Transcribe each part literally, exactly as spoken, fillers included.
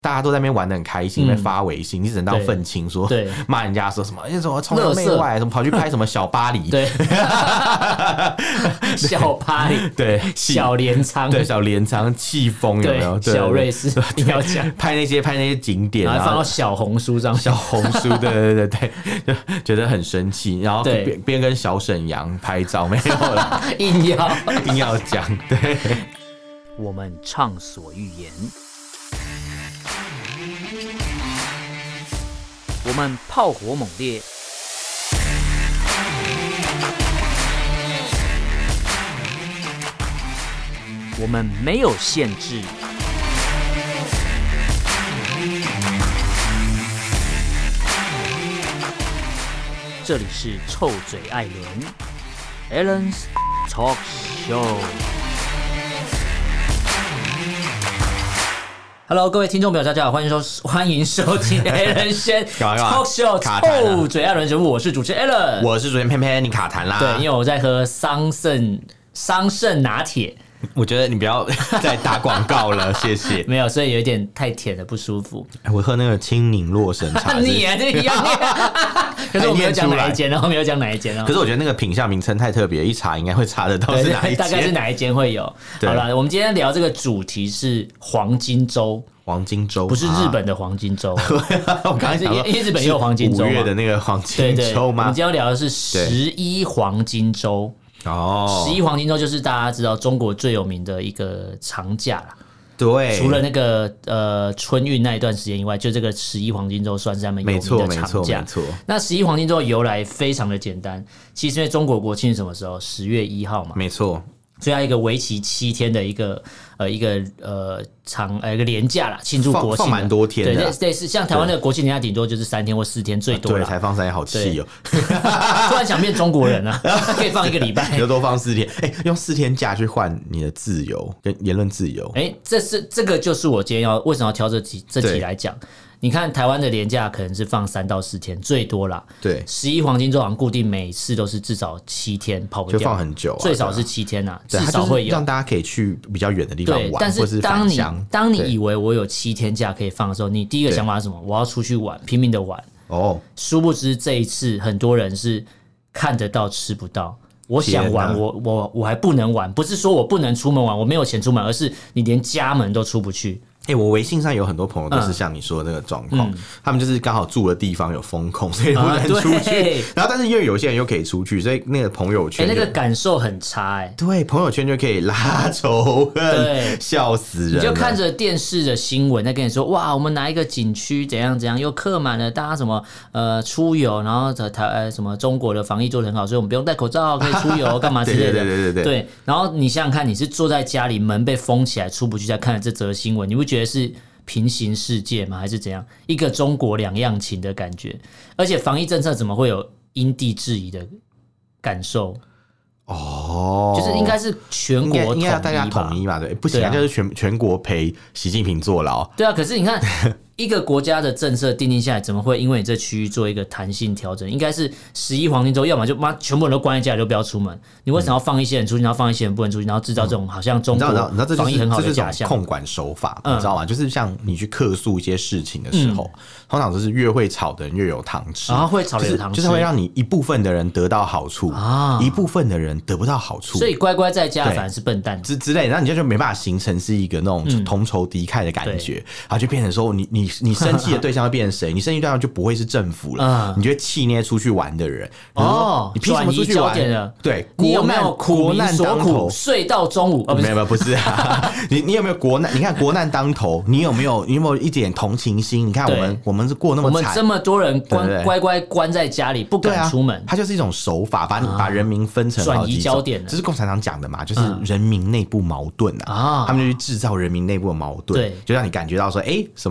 大家都在那边玩得很开心，那、嗯、边发微信，你只能当愤青说，骂人家说什么，哎，什么崇洋媚外，什么跑去拍什么小巴黎， 对，小巴黎， 对， 小镰仓， 对，小镰仓气风有没有？ 小瑞士一定要讲， 拍那些拍那些景点， 然后放到小红书上， 小红书，对对对对，就觉得很生气，然后边边跟小沈阳拍照，没有了， 硬要硬要讲，对， 我们畅所欲言。我们炮火猛烈，我们没有限制，这里是臭嘴艾伦 Alan's Talk Show。Hello， 各位听众朋友，大家好，欢迎收欢迎收听 Alan 先 Talk Show 臭嘴艾伦节目，我是主持人 Alan， 我是主持人偏偏，你卡痰啦？ 对，因为我在喝桑葚桑葚拿铁。 我觉得你不要再打广告了，谢谢。 没有，所以有一点太甜了，不舒服。 我喝那个青柠洛神茶， 你啊，这一样。可是我没有讲哪一间，然后没有讲哪一间哦。 可是我觉得那个品项名称太特别，一查应该会查得到是哪一间， 大概是哪一间会有。好了，我们今天聊这个主题是黄金周。 黄金周不是日本的黄金周， 我刚才讲因为日本也有黄金周， 五月的那个黄金周吗？ 我们今天要聊的是十一黄金周。 哦， 十一黄金周就是大家知道中国最有名的一个长假啦。 对， 除了那个呃春运那一段时间以外，就这个十一黄金周算是他们有名的长假。 没错，没错。 那十一黄金周的由来非常的简单，其实因为中国国庆是什么时候？十月一号嘛。 没错。 所以它一个为期七天的一个呃一个呃长呃一个连假啦，庆祝国庆放蛮多天的， 对，类似像台湾的国庆连假顶多就是三天或四天最多啦， 对，才放三天，好气哦！ 突然想变中国人啊，可以放一个礼拜， 就多放四天，哎、欸，用四天假去换你的自由跟言论自由， 哎、欸，这是这个就是我今天要为什么要挑这集这集来讲。你看台湾的连假可能是放三到四天最多啦， 对， 十一黄金周好像固定每次都是至少七天，跑不掉， 就放很久、啊， 最少是七天啊，至少会有让大家可以去比较远的地方玩， 但是当你当你以为我有七天假可以放的时候，你第一个想法是什么？我要出去玩，拼命的玩哦。 殊不知这一次很多人是看得到吃不到。我想玩，我我我还不能玩，不是说我不能出门玩，我没有钱出门，而是你连家门都出不去。 哎、欸，我微信上有很多朋友都是像你说的那个状况、嗯，他们就是刚好住的地方有封控，所以不能出去。啊、然后，但是因为有些人又可以出去，所以那个朋友圈， 哎、欸，那个感受很差、欸，哎， 对，朋友圈就可以拉仇恨，对，笑死人。 你就看着电视的新闻在跟你说，哇，我们哪一个景区怎样怎样又客满了，大家什么呃出游，然后台呃什么中国的防疫做得很好，所以我们不用戴口罩可以出游，干嘛之类的， 对对对对对。 对，然后你想想看，你是坐在家里，门被封起来，出不去，在看这则新闻，你会觉得是平行世界吗？还是怎样？一个中国两样情的感觉。而且防疫政策怎么会有因地制宜的感受？ 哦， 就是应该是全国统一吧， 应该要大家统一嘛，对，不行啊，就是全全国陪习近平坐牢。 对啊，可是你看。一个国家的政策定定下来，怎么会因为你这区域做一个弹性调整？应该是十一黄金周，要么就妈全部人都关在家里，都不要出门。你为什么要放一些人出去，然后放一些人不能出去，然后制造这种好像中国防疫很好的假象？ 控管手法，你知道吗？就是像你去客诉一些事情的时候，嗯、通常就是越会吵的人越有糖吃， 啊，会吵的有糖吃， 就是会让你一部分的人得到好处，啊，一部分的人得不到好处， 所以乖乖在家反而是笨蛋之之类的，然后你就就没办法形成是一个那种同仇敌忾的感觉，嗯、然后就变成说你你你生气的对象会变成谁？你生气对象就不会是政府了，嗯、你就会气那些出去玩的人。 哦， 你凭什么出去玩？对， 你有没有苦民所苦，睡到中午？ 哦、没有没有，不是啊。你你有没有国难？你看国难当头，你有没有你有没有一点同情心？你看我们我们是过那么惨， 我们这么多人关对对乖乖关在家里，不敢出门。 它就是一种手法，把你、啊、把人民分成转移焦点。 这是共产党讲的嘛？就是人民内部矛盾啊，啊他们就去制造人民内部的矛盾，对，就让你感觉到说，哎、欸，什么为什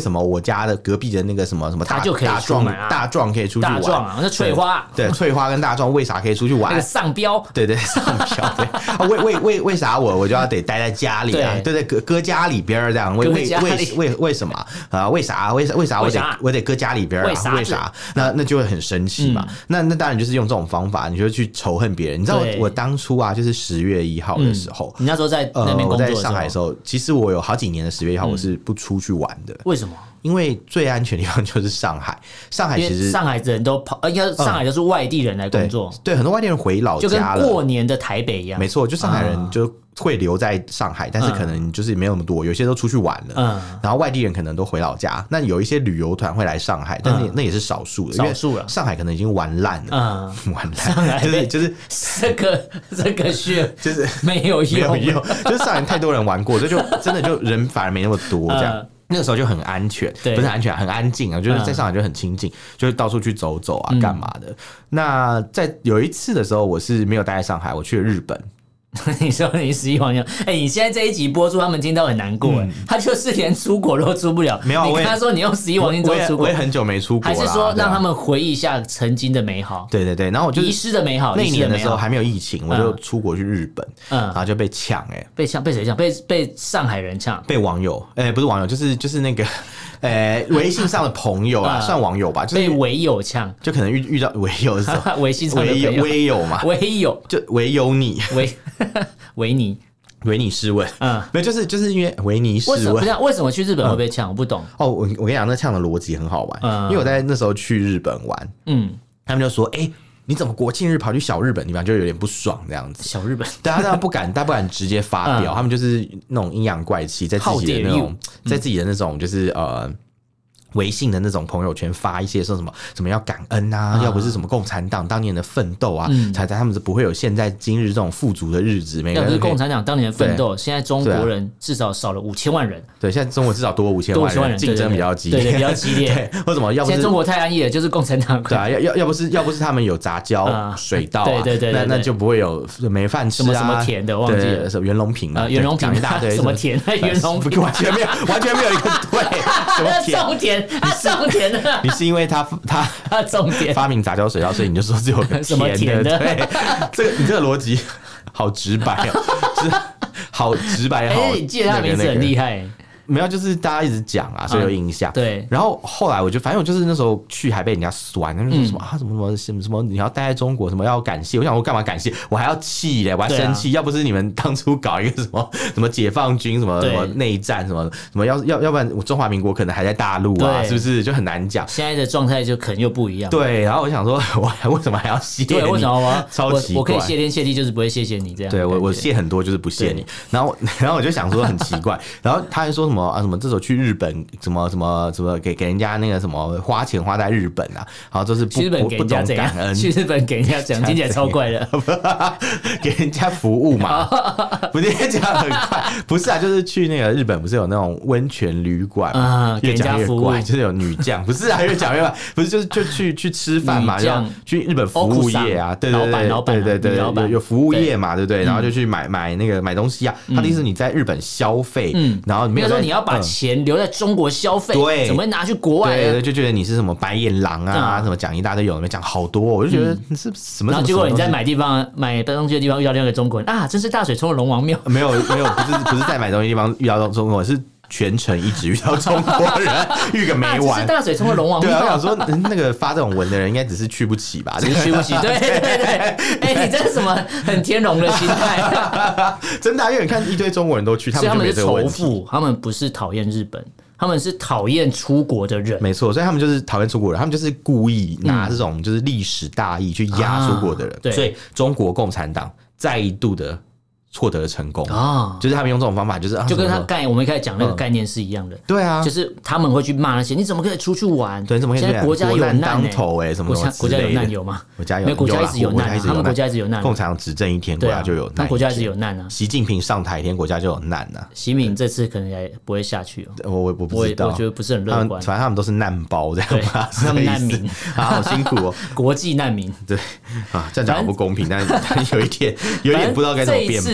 什么我家的隔壁的那个什么什么大他就可以大壮出门啊大壮可以出去玩， 大壮啊，那翠花， 对，对翠花跟大壮为啥可以出去玩？ 那个上标， 对对上标，对，啊为为为为啥我我就要得待在家里啊？对对，搁搁家里边这样，为为为为为什么啊？为啥？为为啥我得我得搁家里边啊？为啥？那那就会很生气嘛。那那当然就是用这种方法，你就去仇恨别人。你知道我当初啊，就是十月一号的时候， 你那时候在那边工作的时候， 我在上海的时候，其实我有好几年的十月一号我是不出去玩的。 为什么？ 因为最安全的地方就是上海，上海其实上海人都跑，应该上海就是外地人来工作， 对，很多外地人回老家了， 就跟过年的台北一样。 没错，就上海人就会留在上海，但是可能就是没有那么多，有些都出去玩了，嗯，然后外地人可能都回老家。那有一些旅游团会来上海，但是那也是少数的， 少数了。 上海可能已经玩烂了，嗯，玩烂， 就是就是这个这个是就是没有用， 没有用，就是上海太多人玩过，这就真的就人反而没那么多这样。那个时候就很安全，不是安全，很安静啊，就是在上海就很清静，就是到处去走走啊，干嘛的。那在有一次的时候，我是没有待在上海，我去了日本。 你说你十一黄金，哎、欸，你现在这一集播出，他们听到很难过，哎、嗯，他就是连出国都出不了。 没有， 你跟他说你用十一黄金周出国， 我也很久没出国了， 还是说让他们回忆一下曾经的美好？ 对对对，然后我就遗失的美好。 那一年的时候还没有疫情，我就出国去日本，嗯，然后就被抢，哎， 被抢，被谁抢？被被上海人抢， 被网友，哎、欸，不是网友，就是就是那个。呃，微信上的朋友啊，算网友吧，就是被微友呛， 就可能遇遇到微友的时候， 微信上的朋友， 微友嘛， 微友就唯有你， 维维尼， 维尼试问，嗯，没有，就是就是因为维尼试问， 为什么为什么去日本会被呛？我不懂。 哦，我我跟你讲，那呛的逻辑很好玩，嗯，因为我在那时候去日本玩，嗯，他们就说，哎。你怎么国庆日跑去小日本地方，就有点不爽这样子。 小日本， 大家当然不敢，大家不敢直接发表，嗯、他们就是那种阴阳怪气，在自己的那种，在自己的那种就是呃。微信的那种朋友圈发一些说什么什么要感恩啊，啊要不是什么共产党当年的奋斗啊，嗯、才在他们不会有现在今日这种富足的日子。 要不是共产党当年的奋斗，现在中国人至少少了五千万人。 对，现在中国至少多五千万人，竞争比较激烈， 对对，比较激烈。 为什么？要不是现在中国太安逸了，就是共产党。 对啊，要要要不是要不是他们有杂交水稻，对对对，那那就不会有没饭吃啊， 什么什么田的忘记了， 什么袁隆平啊， 袁隆平一大堆，什么田？袁隆平完全没有，完全没有一个对，什么田？ 种田，他种田。 你是因为他他他重点发明杂交水稻，所以你就说只有个什么甜的？ 对，这个你这个逻辑好直白哦，就是好直白，好。 哎，你记得他名字很厉害。 没有，就是大家一直讲啊，所以有印象。对，然后后来我就反正我就是那时候去还被人家酸，他们说什么啊什么什么什么什么，你要待在中国，什么要感谢。我想我干嘛感谢？我还要气嘞，我还生气。要不是你们当初搞一个什么什么解放军什么什么内战什么什么，要要要不然我中华民国可能还在大陆啊，是不是就很难讲？ 现在的状态就可能又不一样。 对，然后我想说，我还为什么还要谢？ 对，为什么我超奇怪？ 我可以谢天谢地，就是不会谢谢你这样。 对我我谢很多，就是不谢你。然后然后我就想说很奇怪，然后他还说什么啊什么这时候去。日本什么什么什么给给人家那个什么花钱花在日本啊，然后都是不日本给人家怎样？去日本给人家讲，听起来超怪的， 给人家服务嘛，不是讲很快，不是啊，就是去那个日本不是有那种温泉旅馆啊，越讲越怪， 就是有女将，不是啊，越讲越怪，不是就是就去去吃饭嘛，就去日本服务业啊，对对对， 老板对对对，有有服务业嘛，对不对？然后就去买买那个买东西啊，他的意思你在日本消费，嗯，然后没有说你要把钱留在中国消费，对，怎么会拿去国外？ 对对，就觉得你是什么白眼狼啊，什么讲一大堆，有没讲好多，我就觉得你是什么？ 然后结果你在买地方买东西的地方遇到另外一个中国人啊，真是大水冲了龙王庙。 没有没有，不是不是在买东西的地方遇到中国人，是全程一直遇到中国人，遇个没完。 是大水冲了龙王庙。 对啊，我想说那个发这种文的人应该只是去不起吧？ 只是去不起。对对对，哎，你这是什么很天龙的心态？ 真的，因为你看一堆中国人都去，他们就没这个问题。 他们是仇富，他们不是讨厌日本。他们是讨厌出国的人， 没错，所以他们就是讨厌出国人，他们就是故意拿这种就是历史大义去压出国的人，嗯啊、所以中国共产党再度的获得了成功啊，就是他们用这种方法，就是、啊、 就跟他概我们一开始讲那个概念是一样的，嗯、 对啊， 就是他们会去骂那些你怎么可以出去玩？ 对，怎么可以现在国家有难当头哎、欸，什么什么国家有难有吗？ 国家有， 没有国家一直有难、啊，他们国家一直有难， 共产党执政一天，国家就有难， 他国家一直有难啊。 习近平上台一天，国家就有难啊。 习近平这次可能也不会下去哦， 我我我不知道， 我觉得不是很乐观。 反正他们都是难包这样嘛， 他们难民， 好辛苦哦， 国际难民。 对啊，这样讲不公平，但但有一点有一点不知道该怎么辩驳。 这一次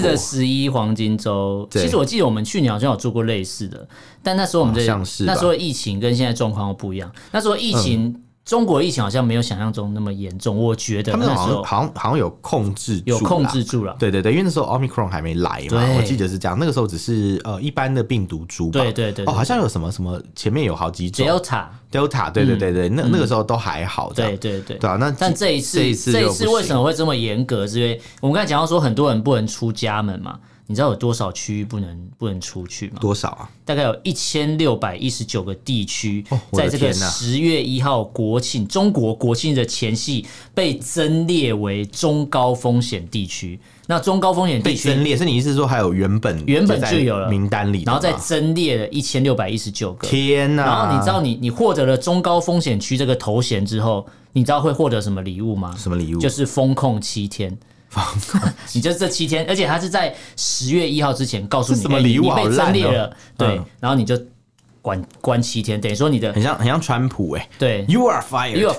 的十一黄金周，其实我记得我们去年好像有做过类似的，但那时候我们这那时候疫情跟现在状况不一样，那时候疫情。嗯中国疫情好像没有想象中那么严重，我觉得他们好像好像好像有控制住， 有控制住了。 对对对，因为那时候 Omicron 还没来嘛，我记得是这样。那个时候只是呃一般的病毒株吧。 对对 对, 對， 哦，好像有什么什么前面有好几种 Delta Delta， 对对对对，嗯、那那个时候都还好。 对对对， 对啊。那但这一次这一次这一次为什么会这么严格？是因为我们刚才讲到说很多人不能出家门嘛。你知道有多少区域不能不能出去吗？ 多少啊？ 大概有一千六百一十九个地区，哦、在这个十月一号国庆中国国庆的前夕被增列为中高风险地区。那中高风险地区被增列，是你意思说还有原本原本就有了名单里， 然后再增列了一千六百一十九个。 天哪！ 然后你知道你你获得了中高风险区这个头衔之后，你知道会获得什么礼物吗？ 什么礼物？ 就是封控七天。你就这七天，而且他是在十月一号之前告诉你， 什么礼物好烂哦， 你被增列了，对，嗯、然后你就关关七天，等于说你的很像很像川普哎、欸， 对 ，You are fired, You are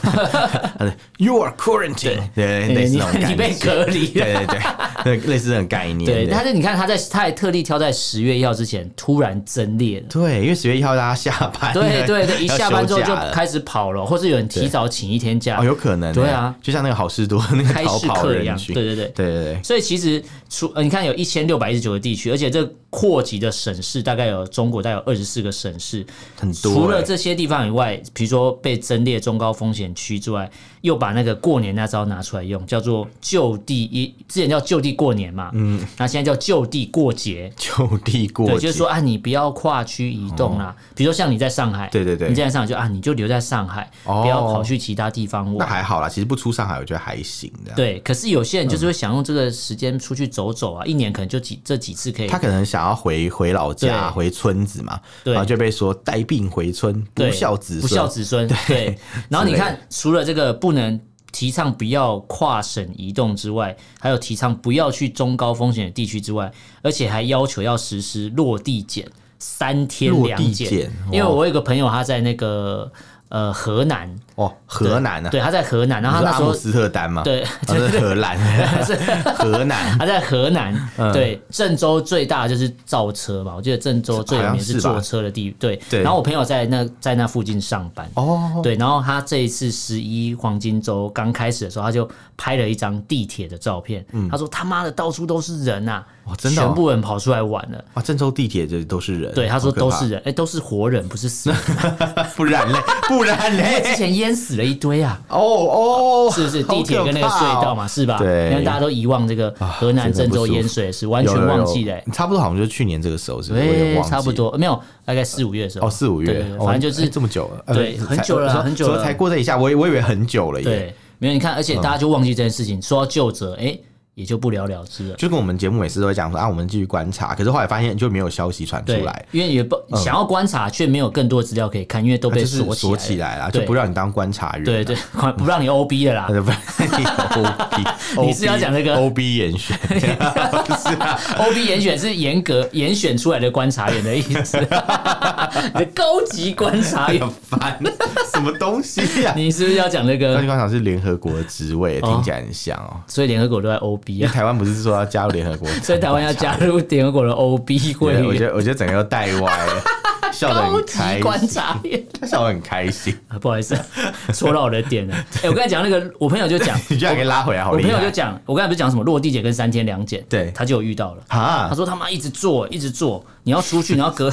fired, You are quarantined， 对，类似那种感觉， 你被隔离， 对对对，类似这种概念。 对，但是你看他在他还特地挑在十月一号之前突然增列了， 对，因为十月一号大家下班， 对对对，一下班之后就开始跑了，或是有人提早请一天假， 哦，有可能， 对啊， 就像那个好事多那个逃跑人群， 对对对对对对， 所以其实除你看有一千六百一十九个地区，而且这扩及的省市大概有中国大概有二十四个省市。 很多、欸， 除了这些地方以外，比如说被增列中高风险区之外，又把那个过年那招拿出来用，叫做就地一，之前叫就地过年嘛，嗯，那现在叫就地过节， 就地过节， 对，就是说啊，你不要跨区移动啦，哦、比如说像你在上海， 对对对， 你在上海就啊，你就留在上海，哦、不要跑去其他地方玩。 那还好啦，其实不出上海，我觉得还行的。 对，可是有些人就是会想用这个时间出去走走啊，嗯、一年可能就几这几次可以。 他可能想要回回老家，回村子嘛，然后就被说带病回村，不孝子孙， 不孝子孙。对，然后你看，除了这个不能提倡不要跨省移动之外，还有提倡不要去中高风险的地区之外，而且还要求要实施落地检，三天两检。因为我有一个朋友，他在那个呃河南。 哦，河南啊， 对，他在河南，然后他那时候阿姆斯特丹嘛， 对， 就是荷兰，是河南， 他在河南，嗯、对，郑州最大就是造车嘛，我记得郑州最有名是坐车的地，对，对。然后我朋友在那在那附近上班，哦，对，然后他这一次十一黄金周刚开始的时候，他就拍了一张地铁的照片，嗯、他说他妈的到处都是人啊， 哦，真的、哦， 全部人跑出来玩了， 啊，郑州地铁这都是人， 对，他说都是人，哎，都是活人，不是死人， 不然嘞，不然嘞， 之前淹死了一堆啊！ 哦哦， 是不是地铁跟那个隧道嘛？是吧？ 对， 因为大家都遗忘这个河南郑州淹水的事，完全忘记了。 差不多好像就是去年这个时候，是不是？对， 差不多没有，大概四五月的时候。 哦，四五月， 反正就是这么久了， 对，很久了，很久了， 才过这一下，我我以为很久了耶。 对，没有，你看，而且大家就忘记这件事情，说到究责，哎。也就不了了之了， 就跟我们节目每次都会讲说啊，我们继续观察，可是后来发现就没有消息传出来， 因为也不、嗯、想要观察，却没有更多的资料可以看，因为都被锁起来了， 锁起来了，就不让你当观察员， 对对，不让你 O B 了啦， 不让你 O B， 你是要讲那个 O B 严选，不是啊 ，O B 严选是严格严选出来的观察员的意思，你的高级观察员， 烦，什么东西呀、啊？ 你是不是要讲那个？ 高级观察是联合国的职位，听起来很像哦， 所以联合国都在 O B 啊， 台湾不是说要加入联合国， 所以台湾要加入联合国的 O B 会员。 我觉得，我觉得整个都带歪了，笑得很开心。 观察员， 他笑得很开心。 不好意思，戳到我的点了。哎、欸，我刚才讲那个，我朋友就讲， 你居然可以拉回来，好厉害。 我朋友就讲，我刚才不是讲什么落地检跟三天两检， 对， 他就有遇到了。 啊， 他说他妈一直做，一直做，你要出去，你要隔。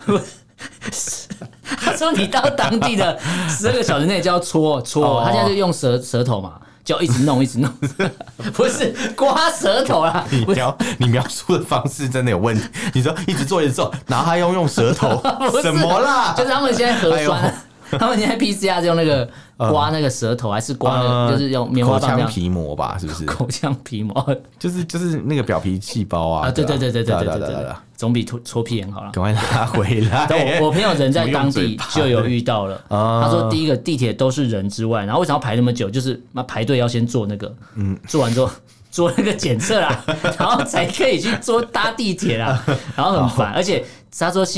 他说你到当地的十二个小时内就要搓搓，他现在就用舌舌头嘛。就一直弄一直弄，不是刮舌头啦。 你描你描述的方式真的有问题。你说一直做一直做，然后他要用舌头，什么啦？ 就是他们现在核酸，哎、他们现在 P C R 是用那个刮那个舌头，嗯、还是刮那个、呃、就是用棉花棒口腔皮膜吧？是不是？ 口腔皮膜就是就是那个表皮细胞啊。 啊，对对对对对对对对，总比搓屁眼好了。 赶快拉回来。 我我朋友人在当地就有遇到了，他说第一个地铁都是人之外，然后为什么要排那么久？就是排队要先做那个，嗯，做完之后。做那个检测啦，然后才可以去坐搭地铁啦，然后很烦，而且他说现在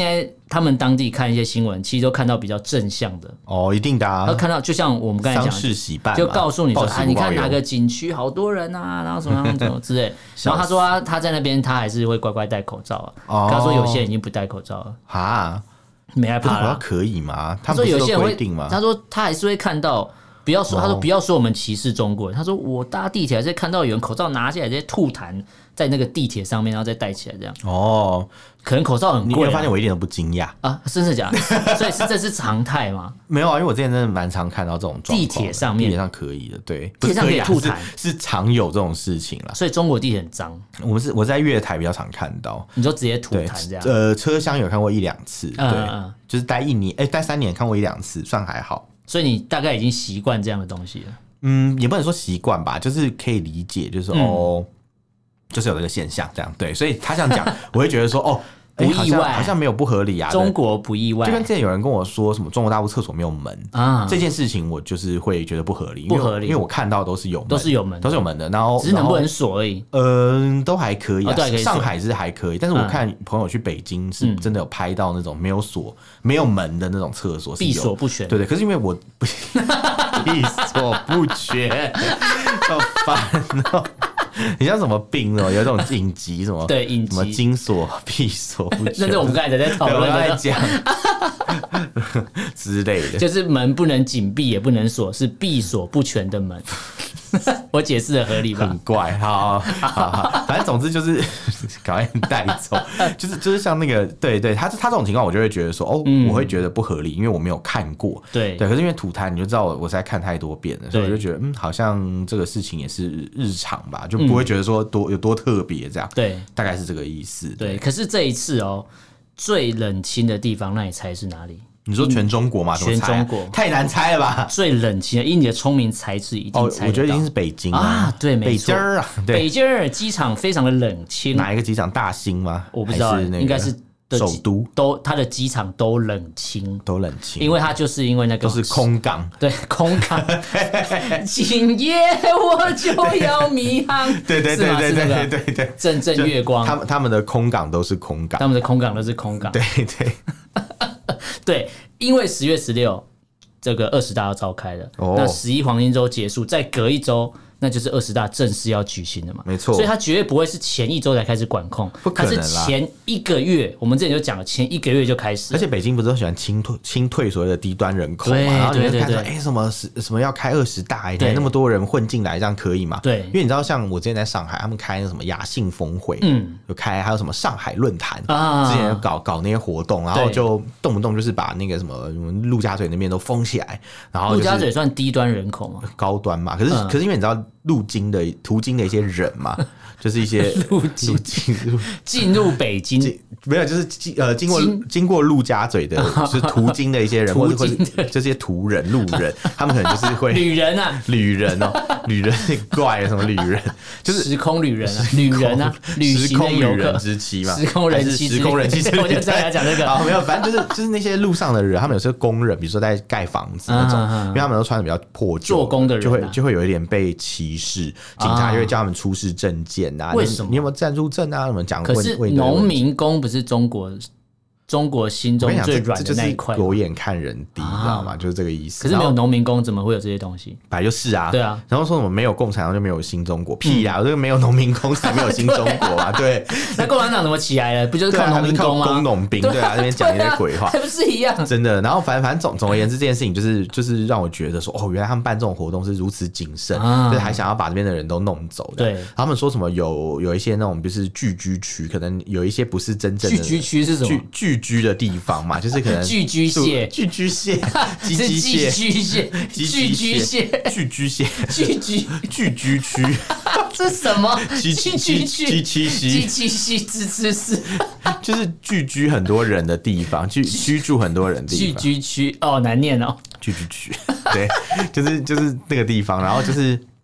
他们当地看一些新闻，其实都看到比较正向的哦，一定的啊。 他看到就像我们刚才讲， 丧事喜办， 就告诉你说，啊，你看哪个景区好多人啊，然后什么什么之类。然后他说他他在那边，他还是会乖乖戴口罩啊。哦、他说有些人已经不戴口罩了啊， 没害怕了。 可以吗？他说有些人会定吗？ 他说他还是会看到。不要说，他说不要说我们歧视中国人。他说我搭地铁还是看到有人口罩拿下来，直接吐痰在那个地铁上面，然后再戴起来这样。哦，可能口罩很贵、啊。 你会发现我一点都不惊讶啊，真的假的？所以是这是常态吗？ 没有啊，因为我之前真的蛮常看到这种状况。 地铁上面， 地铁上可以的，对， 地铁上可以吐痰， 是, 是常有这种事情啦。 所以中国地铁很脏。我们是我在月台比较常看到， 你就直接吐痰这样。 呃，车厢有看过一两次，对，嗯嗯就是待一年，哎、欸，待三年看过一两次，算还好。 所以你大概已经习惯这样的东西了。 嗯，也不能说习惯吧，就是可以理解，就是、嗯、哦，就是有这个现象这样，对，所以他这样讲，我会觉得说哦。 不意外， 好像没有不合理啊。 中国不意外， 就跟之前有人跟我说什么中国大陆厕所没有门啊，这件事情我就是会觉得不合理， 不合理， 因为我看到都是有门， 都是有门， 都是有门的，然后只是能不能锁而已。 嗯、呃，都还可以啊， 哦、可以上海是还可以，但是我看朋友去北京是真的有拍到那种没有锁、嗯、没有门的那种厕所， 闭锁不全。 对对，可是因为我闭锁不全，好烦哦。你像什么病哦？有一种紧急什么对应急什么金锁闭锁不全， 那是我们刚才在讨论在讲之类的， 就是门不能紧闭也不能锁，是闭锁不全的门。我解释的合理吧？ 很怪，好，好，好，反正总之就是赶快带走，就是就是像那个，对对，他他这种情况，我就会觉得说，哦，嗯、我会觉得不合理，因为我没有看过， 对对，可是因为吐痰，你就知道我我在看太多遍了，所以我就觉得，嗯，好像这个事情也是日常吧，就不会觉得说多有多特别这样， 对， 大概是这个意思。 对，对可是这一次哦，最冷清的地方，那你猜是哪里？ 你说全中国吗？ 全中国太难猜了吧？ 最冷清的，以你的聪明才智一定猜得到、哦、 我觉得一定是北京 啊, 啊，对，没错， 北京儿啊，对， 北京儿机场非常的冷清。 哪一个机场？大兴吗？ 我不知道， 是那个应该是首都， 都它的机场都冷清， 都冷清， 因为它就是因为那个都是空港， 对，空港。今夜我就要迷航， 对对对对对对对， 阵阵月光， 他们他们的空港都是空港， 他们的空港都是空港， 对对对，因为十月十六这个二十大要召开了，哦、那十一黄金周结束，再隔一周。那就是二十大正式要举行的嘛， 没错， 所以他绝对不会是前一周才开始管控， 不可能啦， 他是前一个月，我们之前就讲了，前一个月就开始。 而且北京不是都喜欢清退清退所谓的低端人口嘛，然后你就看说，哎、欸，什么什么要开二十大，哎，那么多人混进来，这样可以吗？ 对， 因为你知道，像我之前在上海，他们开那什么雅信峰会，嗯，有开，还有什么上海论坛啊，之前搞搞那些活动，然后就动不动就是把那个什么陆家嘴那边都封起来，然后、就是、 陆家嘴算低端人口吗？ 高端嘛，可是、嗯、可是因为你知道。路经的途经的一些人嘛，就是一些路经进入北京， 没有就是呃经过经过陆家嘴的，就是途经的一些人，或者这些途人路人，他们可能就是会旅人啊， 旅人哦，旅人很怪什么旅人，就是时空旅人啊，旅人啊， 时空旅人之妻嘛， 时空人妻， 时空人妻， 我就再来讲这个啊，没有，反正就是就是那些路上的人，他们有时候工人，比如说在盖房子那种，因为他们都穿的比较破旧， 做工的人就会就会有一点被歧视，警察就会叫他们出示证件啊， 为什么？ 你有没有暂住证啊？什么讲？ 可是农民工不是中国中国心中最软的那一块， 狗眼看人低，你知道吗？就是这个意思。 可是没有农民工，怎么会有这些东西？ 本来就是啊， 对啊。 然后说什么没有共产党就没有新中国？屁呀！这个没有农民工才没有新中国啊！对。 那共产党怎么起来了？不就是靠农民工吗？ 工农兵对啊，那边讲一些鬼话， 还不是一样？ 真的。然后反正反正总总而言之，这件事情就是就是让我觉得说，哦，原来他们办这种活动是如此谨慎，就是还想要把这边的人都弄走的。 对。 他们说什么有有一些那种就是聚居区，可能有一些不是真正的聚居区是什么？ 聚居的地方。嘛，就是可能寄居蟹， 寄居蟹， 寄居蟹，寄居蟹，寄居蟹， 寄居蟹， 寄居寄居区， 这是什么？ 寄居区，寄居蟹， 寄居蟹，吱吱是， 就是聚居很多人的地方，居居住很多人的地方。寄居区哦，难念哦， 寄居区，对，就是就是那个地方，然后就是。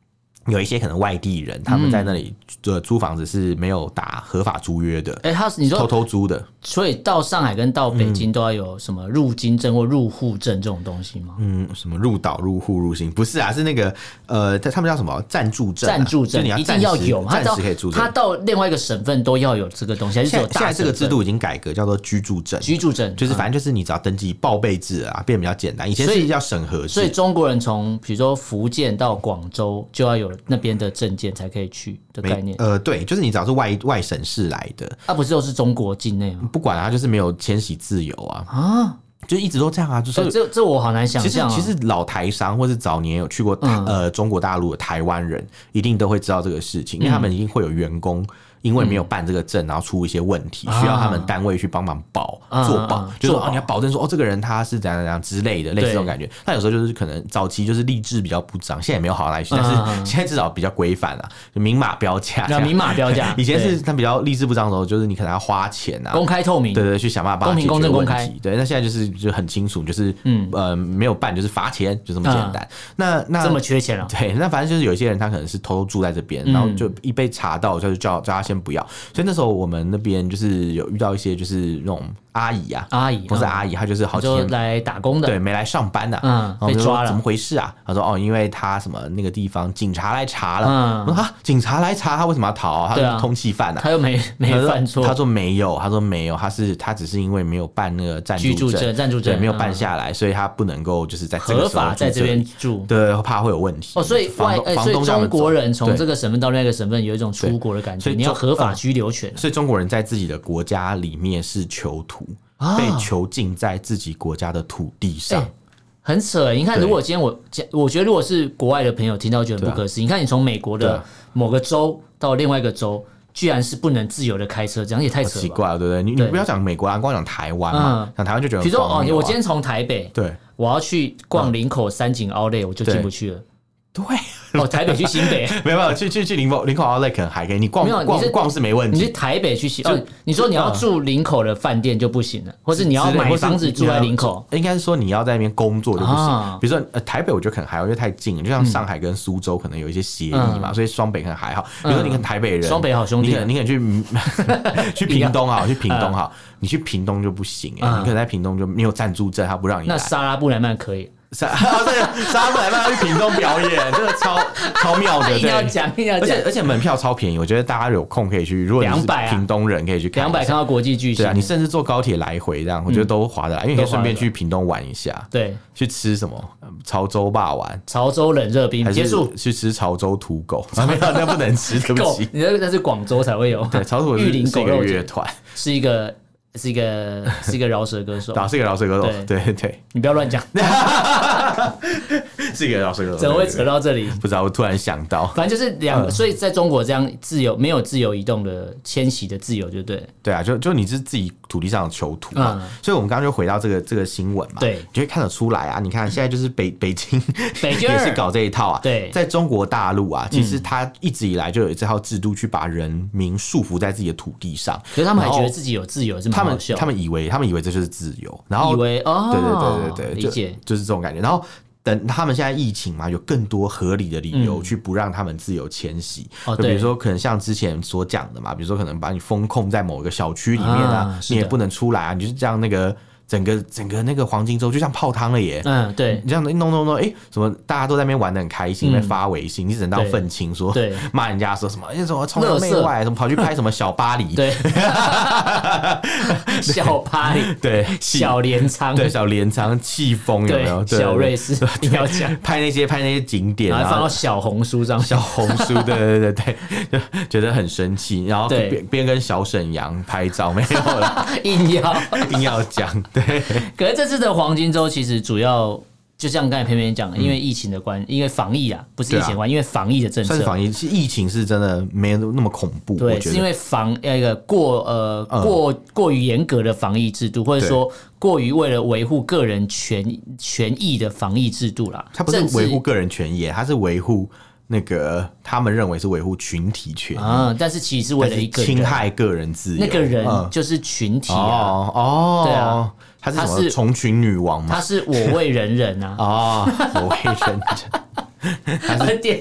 有一些可能外地人，他们在那里的租房子是没有打合法租约的， 哎、欸，他你说偷偷租的， 所以到上海跟到北京都要有什么入京证或入户证这种东西吗？ 嗯，什么入岛、入户、入姓？不是啊，是那个呃，他们叫什么暂住证、啊？ 暂住证， 你要一定要有， 暂时可以住。 他到另外一个省份都要有这个东西，还是只有大省份？ 现在这个制度已经改革，叫做居住证。 居住证就是反正就是你只要登记报备制啊，变得比较简单。以前是要审核制， 所以中国人从比如说福建到广州就要有那边的证件才可以去的概念。 呃，对，就是你只要是外外省市来的， 啊，不是都是中国境内吗？ 不管啊，就是没有迁徙自由啊。 啊。 就一直都这样啊，就是这这我好难想象、啊。 其实其实老台商或是早年有去过、嗯、呃中国大陆的台湾人，一定都会知道这个事情，因为他们一定会有员工。因为没有办这个证，然后出一些问题，需要他们单位去帮忙保、啊、做保，啊、就是说、哦、你要保证说哦，这个人他是怎样怎样之类的，类似这种感觉。那有时候就是可能早期就是吏治比较不彰，现在也没有好到哪里去，但是现在至少比较规范了，就明码标价。 明码标价， 以前是他比较吏治不彰的时候，就是你可能要花钱啊， 公开透明， 对 对, 對，去想办法公平公正公开。 对，那现在就是就很清楚，就是嗯呃没有办就是罚钱，就这么简单。嗯、那那这么缺钱了、啊？ 对，那反正就是有一些人他可能是偷偷住在这边，然后就一被查到，就叫叫他先不要，所以那。那时候我们那边就是有遇到一些就是那种阿姨啊， 阿姨不是阿姨，她就是好几天来打工的， 对，没来上班的、 啊，嗯，被抓了， 怎么回事啊？她说哦，因为她什么那个地方警察来查了，嗯，我说啊，警察来查，他为什么要逃、啊？他是通缉犯啊， 他又没没犯错， 他说没有，他说没有，他是他只是因为没有办那个暂住证， 暂住证没有办下来，嗯、所以他不能够就是在这个合法在这边住， 对，怕会有问题。 哦，所以外房所以中国人从这个省份到另外一个省份有一种出国的感觉，你要合法居留权、啊， 所以中国人在自己的国家里面是囚徒，啊、被囚禁在自己国家的土地上，欸、 很扯。你看，如果今天我，我觉得如果是国外的朋友听到觉得不可思议。啊、你看，你从美国的某个州到另外一个州，居然是不能自由的开车，这样也太扯了， 奇怪了，对不对？你你不要讲美国啊，光讲台湾嘛，讲、嗯、台湾就觉得很荒谬啊。 比如说哦，我今天从台北， 对， 我要去逛林口三井 Outlet，我就进不去了。 对， 哦，台北去新北没有没有去去去林口林口 Outlet 可能还可以，你逛逛逛是没问题。 你是台北去新，哦，你说你要住林口的饭店就不行了，或是你要买房子住在林口， 应该是说你要在那边工作就不行。啊、比如说呃台北，我觉得可能还好，因为太近了，就像上海跟苏州可能有一些协议嘛，嗯、所以双北可能还好。比如说你跟台北人， 双、嗯、北好兄弟， 你可能你可能去去屏东啊，去屏东好，你去屏东就不行哎、欸，嗯、你可能在屏东就没有暂住证，他不让你来。 那沙拉布莱曼可以。 沙沙布莱曼要去屏东表演，真的超超妙的， 一定要讲，一定要讲。 而且而且门票超便宜，我觉得大家有空可以去。如果你是屏东人，可以去看。 两百看到国际巨星， 对啊，你甚至坐高铁来回这样，我觉得都划得来，因为你可以顺便去屏东玩一下。 对， 去吃什么潮州霸丸、 潮州冷热冰，结束去吃潮州土狗，没有，那不能吃，对不起。 你那个那是广州才会有。 对，潮州玉林狗肉乐团是一个。是一个是一个饶舌歌手， 是一个饶舌歌手，对对对， 你不要乱讲， 是一个饶舌歌手， 怎么会扯到这里？ 不知道，我突然想到， 反正就是两个，所以在中国这样自由没有自由移动的迁徙的自由，就对， 对啊，就就你是自己土地上的囚徒嘛，嗯、所以我们刚刚就回到这个这个新闻嘛， 对， 你就会看得出来啊，你看现在就是北北京北京也是搞这一套啊， 对， 在中国大陆啊，其实他一直以来就有这套制度去把人民束缚在自己的土地上， 可是他们还觉得自己有自由，是蛮好笑， 他们以为。他们以为这就是自由，然后以为哦， 对对对对对， 理解就，就是这种感觉。然后等他们现在疫情嘛，有更多合理的理由去不让他们自由迁徙。嗯、就比如说，可能像之前所讲的嘛，比如说可能把你封控在某一个小区里面啊，啊你也不能出来啊，你就是这样那个。整个整个那个黄金周就像泡汤了耶， 嗯，对， 你这样弄弄弄，哎，什么大家都在那边玩得很开心，在、嗯、发微信，你只能当愤青说， 对， 骂人家说什么，哎，什么崇洋媚外，什么跑去拍什么小巴黎， 对，小巴黎， 对， 小镰仓， 对，小镰仓气风有没有？ 小瑞士，你要讲拍那些拍那些景点， 然后放到小红书上， 小红书，对对对对，就觉得很生气，然后边边跟小沈阳拍照没有了， 硬要硬要讲。对， 可是这次的黄金周其实主要就像刚才偏偏讲的，因为疫情的关，因为防疫啊，不是疫情的关，因为防疫的政策， 算是防疫，是疫情是真的没有那么恐怖， 对，是因为防那个过呃过过于严格的防疫制度，或者说过于为了维护个人权权益的防疫制度啦， 它不是维护个人权益，它是维护。那个他们认为是维护群体权益啊，但是其实是为了一个人侵害个人自由， 那个人就是群体啊， 哦，哦对啊， 他是什么从群女王吗？ 他是我为人人啊， 哦，我为人人。 他是电定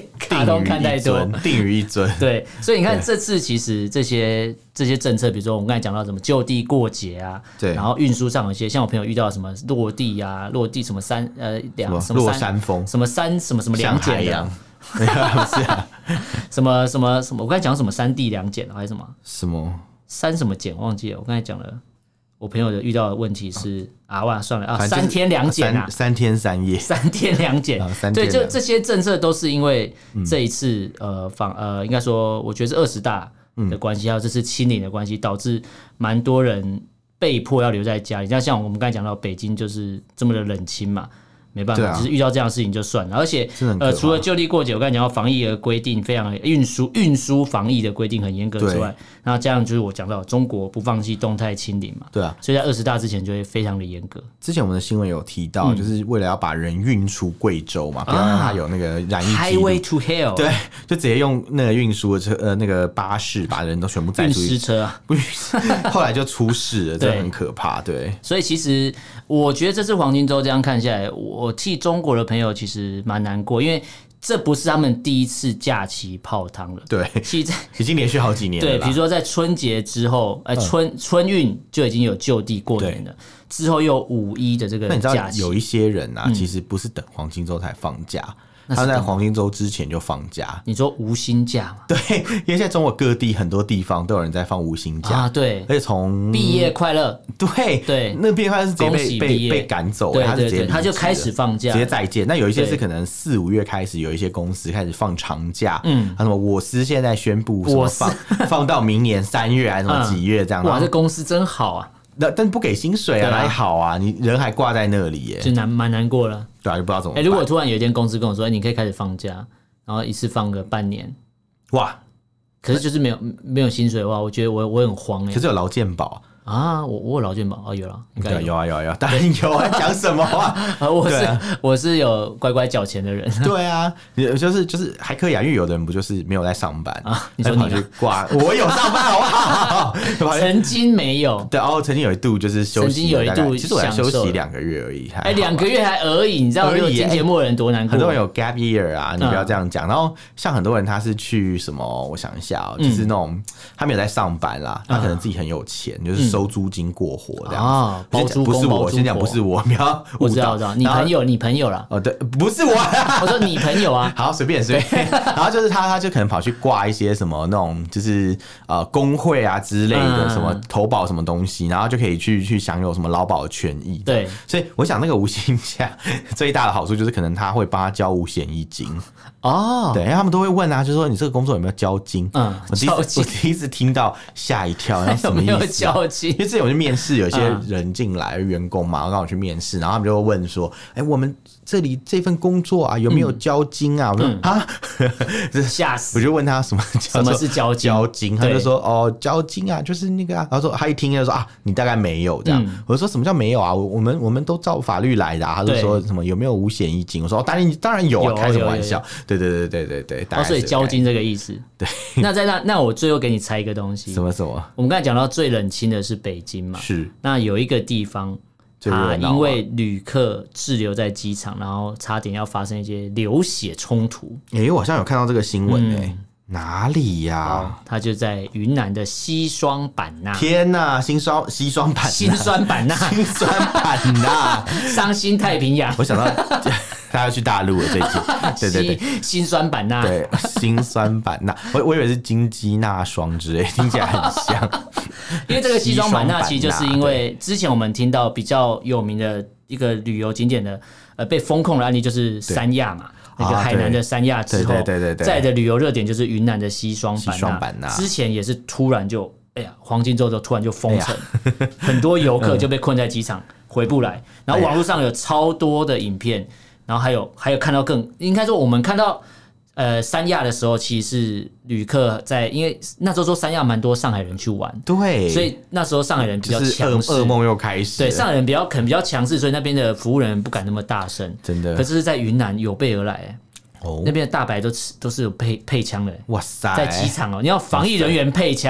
卡通看太多， 定于一尊。 对，所以你看这次其实这些这些政策，比如说我们刚才讲到什么就地过节啊，对，然后运输上有一些，像我朋友遇到什么落地啊，落地什么山呃两什么落山风， 什么山什么什么两检的。 不是啊， 什么什么什么？我刚才讲什么三地两检还是什么？ 什么三什么检忘记了？我刚才讲了，我朋友的遇到的问题是啊，哇，算了啊，三天两检啊， 三天三夜， 三天两检。对，就这些政策都是因为这一次呃访呃，应该说，我觉得是二十大的关系，还有这次清零的关系，导致蛮多人被迫要留在家里。像像我们刚才讲到，北京就是这么的冷清嘛。没办法，啊、就是遇到这样的事情就算了。而且，呃，除了就地过节，我刚才讲到防疫的规定非常运输运输防疫的规定很严格之外，那这样就是我讲到中国不放弃动态清零嘛， 对啊， 所以在二十大之前就会非常的严格。 之前我们的新闻有提到，嗯、就是为了要把人运出贵州嘛，不要让他有那个染疫记录 Highway to Hell， 对，就直接用那个运输的车呃那个巴士把人都全部载出去。 运尸车啊， 后来就出事了，这很可怕。对， 所以其实我觉得这次黄金周这样看下来，我替中国的朋友其实蛮难过，因为这不是他们第一次假期泡汤了。 对，其实已经连续好几年了。 对，比如说在春节之后，呃，春、嗯、春运就已经有就地过年了，之后又五一的这个假期。 那你知道有一些人啊，嗯、其实不是等黄金周才放假。他在黄金周之前就放假， 你说无薪假吗？ 对，因为现在中国各地很多地方都有人在放无薪假啊，对， 而且从毕业快乐， 对对， 那毕业快乐是直接被被被赶走， 对他是直接他就开始放假， 直接再见。那有一些是可能四五月开始，有一些公司开始放长假，嗯，他什么我司现在宣布什么放放到明年三月还是什么几月这样， 哇，这公司真好啊。 那但不给薪水啊，哪里好啊？你人还挂在那里耶， 就难蛮难过了。 对啊，就不知道怎么办。 哎、欸，如果突然有一间公司跟我说，哎、欸，你可以开始放假，然后一次放个半年， 哇！ 可是就是没有没有薪水的话，我觉得我我很慌哎。 可是有劳健保啊，我我有劳健保啊，有了， 对，有啊有啊有啊，当然有啊，讲什么啊？ 我是、啊、我是有乖乖缴钱的人。 对啊，就是就是还可以啊，因为有的人不就是没有在上班啊？你说你去挂，我有上班好不好？ 曾经没有， 对哦，曾经有一度就是休息， 曾经有一度， 其实我才休息两个月而已， 哎，两个月还而已，你知道我听节目的人多难过？ 很多人有 gap year 啊，你不要这样讲。然后像很多人他是去什么？我想一下哦，就是那种他没有在上班啦，他可能自己很有钱，就是收租金过。活这样啊，包租公，不是我先讲，不是我，不要我知道，我知道，你朋友，你朋友啦， 哦，对，不是我， 我说你朋友啊， 好，随便随便，然后就是他，他就可能跑去挂一些什么那种，就是呃工会啊之类的，什么投保什么东西，然后就可以去去享有什么劳保的权益。 对，所以我想那个无薪假最大的好处就是可能他会帮他交五险一金哦，对，因为他们都会问啊，就是说你这个工作有没有交金？嗯，我第一次我第一次听到吓一跳，那什么意思？ 有没有交金？ 因为之前我去面试。是有些人进来，员工嘛，我刚好去面试，然后他们就会问说：“哎、欸，我们这里这份工作啊，有没有交金啊？”嗯、我说：“啊， 嚇死！” 我就問他什麼叫什麼是交金？ 交金，他就說：“哦，交金啊，就是那個啊。”然後說他一聽就說：“啊，你大概沒有這樣。嗯”我就說：“什麼叫沒有啊？我我們我們都照法律來的、啊。”他就說什麼有沒有五險一金？我說：“哦，當然當然有啊，有開什麼玩笑？”對對對對對對，大概哦，所以交金這個意思。對，那在那那我最後給你猜一個東西。 什麼什麼？ 我們剛才講到最冷清的是北京嘛。是。那有一個地方，他因為旅客滯留在機場，然後差點要發生一些流血衝突。 哎、欸，我好像有看到這個新聞哎、欸。嗯，哪裡呀、啊？ 他就在雲南的西雙版納。 天哪，新雙西雙版納， 辛酸版納， 辛酸版納， 傷心太平洋。 我想到他要去大陸了，最近。對對對， 辛酸版納。 對，辛酸版納。我我以為是金雞納霜之類，聽起來很像。 因為這個西雙版納其實就是因為之前我們聽到比較有名的一個旅遊景點的呃被封控的案例，就是三亞嘛。那個海南的三亞之後，再的旅遊熱點就是雲南的西雙版納。之前也是突然就，哎呀，黃金週就突然就封城，哎、很多遊客就被困在機場回不來。然後網絡上有超多的影片，然後還有還有看到更，應該說我們看到。呃，三亞的時候，其實是旅客在，因為那時候說三亞蠻多上海人去玩， 對， 所以那時候上海人比較強勢， 噩夢又開始。 對，上海人比較可能比較強勢，所以那邊的服務人員不敢那麼大聲， 真的。 可是，在雲南有備而來，哦，那邊的大白都都是有配配槍的，哇塞，在機場哦，你要防疫人員配槍。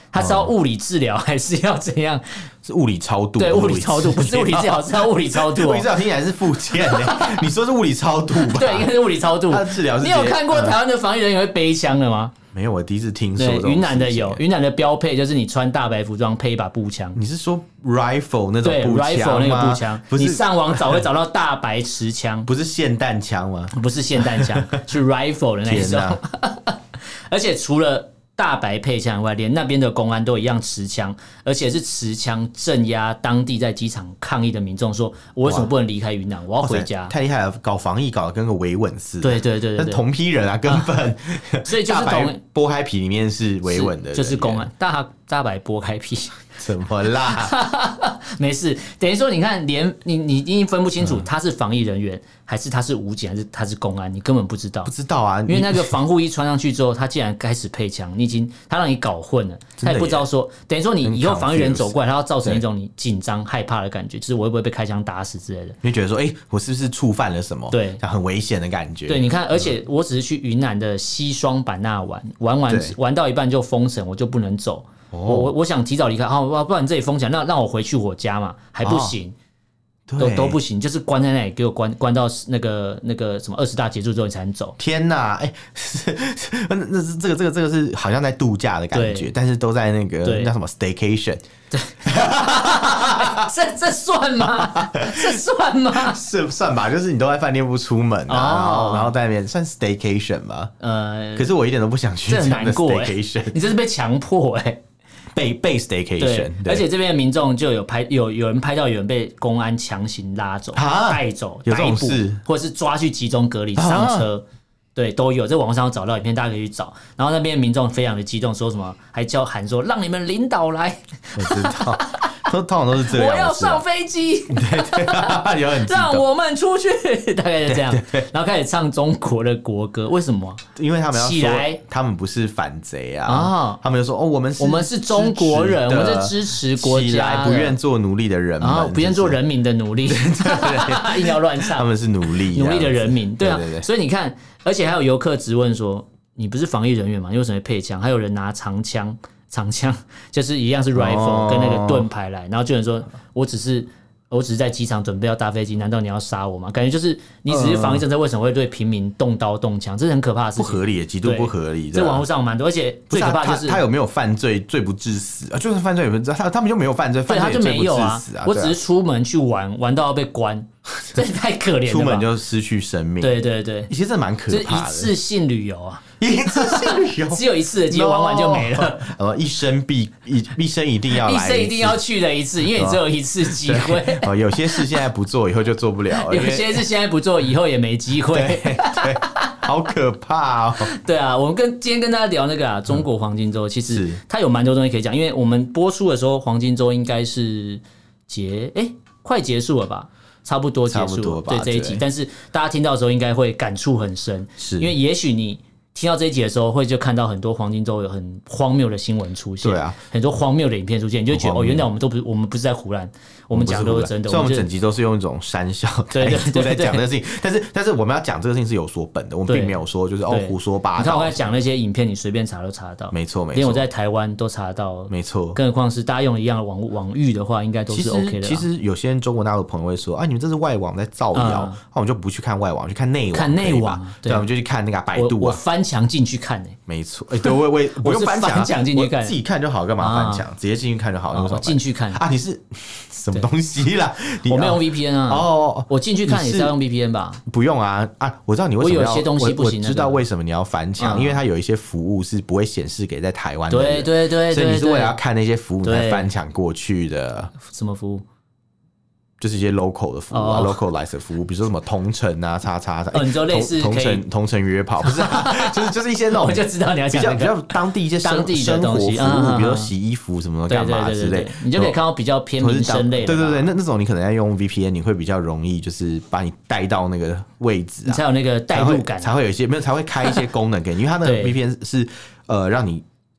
他是要物理治疗还是要怎样？ 是物理超度， 对，物理超度不是物理治疗，是要物理超度、哦。 物理治疗听起来是复健的，你说是物理超度吧？ 对，应该是物理超度。 他的治疗是你有看过台湾的防疫人员会背枪的吗？ 没有，我第一次听说。 对，云南的有，云南的标配就是你穿大白服装配一把步枪。 你是说 rifle 那种步枪吗？ 对 ，rifle 那个步枪，你上网找会找到大白持枪， 不是霰弹枪吗？ 不是霰弹枪，是 rifle 的那一种。而且除了大白配枪以外，连那边的公安都一样持枪，而且是持枪镇压当地在机场抗议的民众，说我为什么不能离开云南，我要回家。太厉害了，搞防疫搞得跟个维稳似的。 对对对对， 但同批人啊，根本、啊、 所以就是同剥开皮里面是维稳的， 就是公安大大白剥开皮。 怎么啦？ 没事，等于说你看，连你你已经分不清楚他是防疫人员，还是他是武警，还是他是公安，你根本不知道。 不知道啊， 因为那个防护衣穿上去之后，他竟然开始配枪，你已经他让你搞混了，他也不知道说，等于说你以后防疫人走过来，他要造成一种你紧张害怕的感觉，就是我会不会被开枪打死之类的。 你觉得说，哎、欸，我是不是触犯了什么？ 对， 很危险的感觉。 对，你看，而且我只是去云南的西双版纳玩，玩完玩到一半就封城，我就不能走。我我我想提早离开，哦，不然这里封起来，那让我回去我家嘛，还不行，哦、都都不行，就是关在那里，给我关关到那个那个什么二十大结束之后你才能走。 天哪，哎、欸，那那是这个这个这个是好像在度假的感觉，但是都在那个那叫什么 staycation。对， 这这算吗？这算吗？ 是算吧，就是你都在饭店不出门啊，哦、然后然后在那边算 staycation 吧。呃，可是我一点都不想去这样的 staycation，、欸、 你这是被强迫哎、欸。 被被 staycation， 而且这边的民众就有拍有有人拍到有人被公安强行拉走、带走、 有这种事， 或者是抓去集中隔离上车。对，都有，在网上找到影片，大家可以去找。然后那边民众非常的激动，说什么还叫喊说让你们领导来。 我知道，都通常都是这样、啊。 我要上飞机， 对对，有很让我们出去，大概就这样。然后开始唱中国的国歌，为什么？ 因为他们要说起来， 他们不是反贼啊，哦、他们就说哦，我们是我们是中国人，我们是支持国家， 起来不愿做奴隶的人们， 哦、不愿做人民的奴隶，硬要乱唱。 他们是奴隶， 奴隶的人民，对啊， 对对对， 所以你看。而且还有游客质问说：“你不是防疫人员吗？你为什么会配枪？”还有人拿长枪，长枪就是一样是 rifle、哦、跟那个盾牌来，然后就有人说：“我只是我只是在机场准备要搭飞机，难道你要杀我吗？”感觉就是你只是防疫政策，为什么会对平民动刀动枪？这是很可怕的事情， 不合理，极度不合理。 在网络上蛮多，而且最可怕就是他, 他有没有犯罪，罪不致死啊？就算犯罪也不，他他们就没有犯罪，犯罪也罪不致死啊！ 我只是出门去玩，玩到要被关。这也太可怜了吧！ 出门就失去生命。 对对对， 其实这蛮可怕的。 一次性旅游啊， 一次性旅游只有一次的机会，玩完就没了。 呃，一生必一一生一定要来一， 一生一定要去的一次，因为你只有一次机会。 哦，有些事现在不做，以后就做不了了； 有些事现在不做，以后也没机会。 对，对好可怕哦！ 对啊，我们跟今天跟大家聊那个啊，中国黄金周，其实它有蛮多东西可以讲，因为我们播出的时候，黄金周应该是结哎、欸、快结束了吧。差不多结束了，对这一集，但是大家听到的时候应该会感触很深，是因为也许你听到这一集的时候，会就看到很多黄金周有很荒谬的新闻出现，对啊，很多荒谬的影片出现，你就觉得哦，原来我们都不是我们不是在胡乱，我们讲的都是真的。 所以我们整集都是用一种讪笑态度在讲这个事情，但是但是我们要讲这个事情是有所本的，我们并没有说就是哦胡说八道。 你看我刚才讲那些影片，你随便查都查得到， 没错没错， 连我在台湾都查得到， 没错。 更何况是大家用一样的网网域的话，应该都是 OK 的。 其实有些中国大陆朋友会说啊，你们这是外网在造谣，那我们就不去看外网，去看内网， 看内网， 对，我们就去看那个百度啊， 我翻墙进去看。 没错，哎、欸，对，我我我用翻墙进去看， 自己看就好，干嘛翻墙？啊、直接进去看就好。 我进去看啊，你是什么东西啦？ 我没有用 V P N 啊。哦，我进去看也是要用 V P N 吧？ 不用啊啊！我知道你为什么要， 我有些东西不行、那個。 我知道为什么你要翻墙、嗯，因为它有一些服务是不会显示给在台湾的人。对对 对, 對， 所以你是为了要看那些服务才翻墙过去的。 什么服务？ 就是一些 local 的服务啊、oh. ，localize 的服务，比如说什么同城啊、叉叉叉， 哦，你说类似同城同城约炮，不是、啊，就是就是一些那种， 我就知道你要讲、那個、 比较比较当地一些生生活服务，比如说洗衣服什么干嘛之类， 你就可以看到比较偏民生类的。 对对对，那那种你可能要用 V P N， 你会比较容易，就是把你带到那个位置、啊， 你才有那个代入感、啊， 才会有一些没有才会开一些功能给你，因为它的 V P N 是呃让你。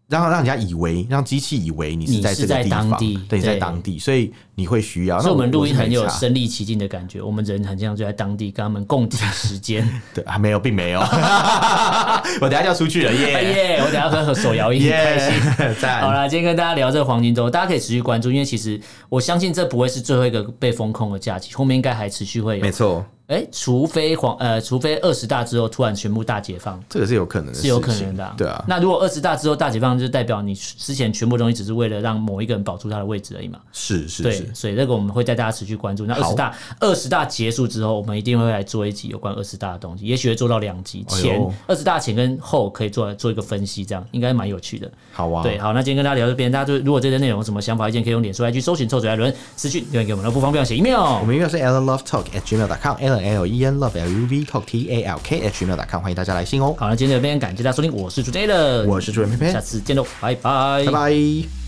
让让人家以为，让机器以为你是在这个地方， 对， 你在当地，所以你会需要。 所以我们录音很有身临其境的感觉，我们人很像就在当地跟他们共体时间。 对，还没有，并没有。我等一下就要出去了，耶、yeah! 耶！ Yeah, 我等一下喝手摇饮， yeah, 开心。 赞。 好啦，今天跟大家聊这个黄金周，大家可以持续关注，因为其实我相信这不会是最后一个被封控的假期，后面应该还持续会有。 没错。 哎，除非黄呃，除非二十大之后突然全部大解放， 这个是有可能的事情， 是有可能的、啊。 对啊。 那如果二十大之后大解放，就代表你之前全部东西只是为了让某一个人保住他的位置而已嘛？ 是是是。 对，所以这个我们会带大家持续关注。那二十大二十大结束之后，我们一定会来做一集有关二十大的东西，也许会做到两集，前二十、哎、大前跟后可以做做一个分析，这样应该蛮有趣的。 好啊。 对，好，那今天跟大家聊这边，大家就如果这些内容有什么想法意见，可以用脸书来去搜寻臭嘴艾伦私讯留言给我们，不方便写 email， 我们 email 是 alan love talk at gmail dot com，alan l e n love L U V talk T A L K at gmail dot com， 欢迎大家来信哦。 好，那今天这边感谢大家收听，我是主持人， 我是主持人偏偏， 下次见喽，拜拜， 拜拜。